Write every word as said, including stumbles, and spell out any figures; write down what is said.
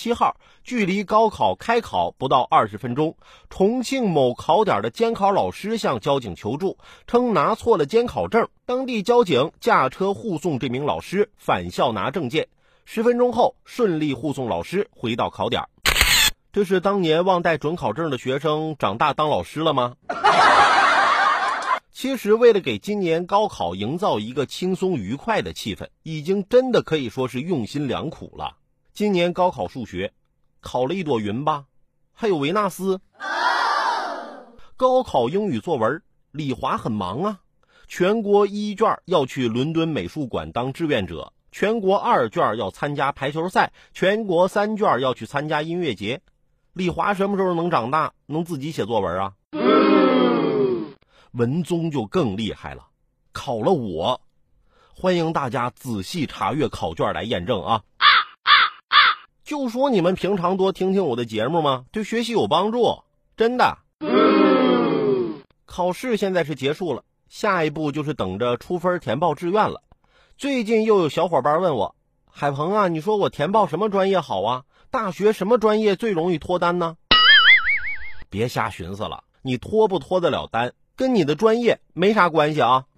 七号，距离高考开考不到二十分钟，重庆某考点的监考老师向交警求助，称拿错了监考证，当地交警驾车护送这名老师返校拿证件，十分钟后顺利护送老师回到考点。这是当年忘带准考证的学生长大当老师了吗？其实为了给今年高考营造一个轻松愉快的气氛，已经真的可以说是用心良苦了。今年高考数学考了一朵云吧，还有维纳斯。高考英语作文李华很忙啊，全国一卷要去伦敦美术馆当志愿者，全国二卷要参加排球赛，全国三卷要去参加音乐节。李华什么时候能长大能自己写作文啊？文综就更厉害了，考了我。欢迎大家仔细查阅考卷来验证啊。就说你们平常多听听我的节目吗？对学习有帮助，真的。考试现在是结束了，下一步就是等着出分填报志愿了。最近又有小伙伴问我，海鹏啊，你说我填报什么专业好啊？大学什么专业最容易脱单呢？别瞎寻思了，你脱不脱得了单跟你的专业没啥关系啊。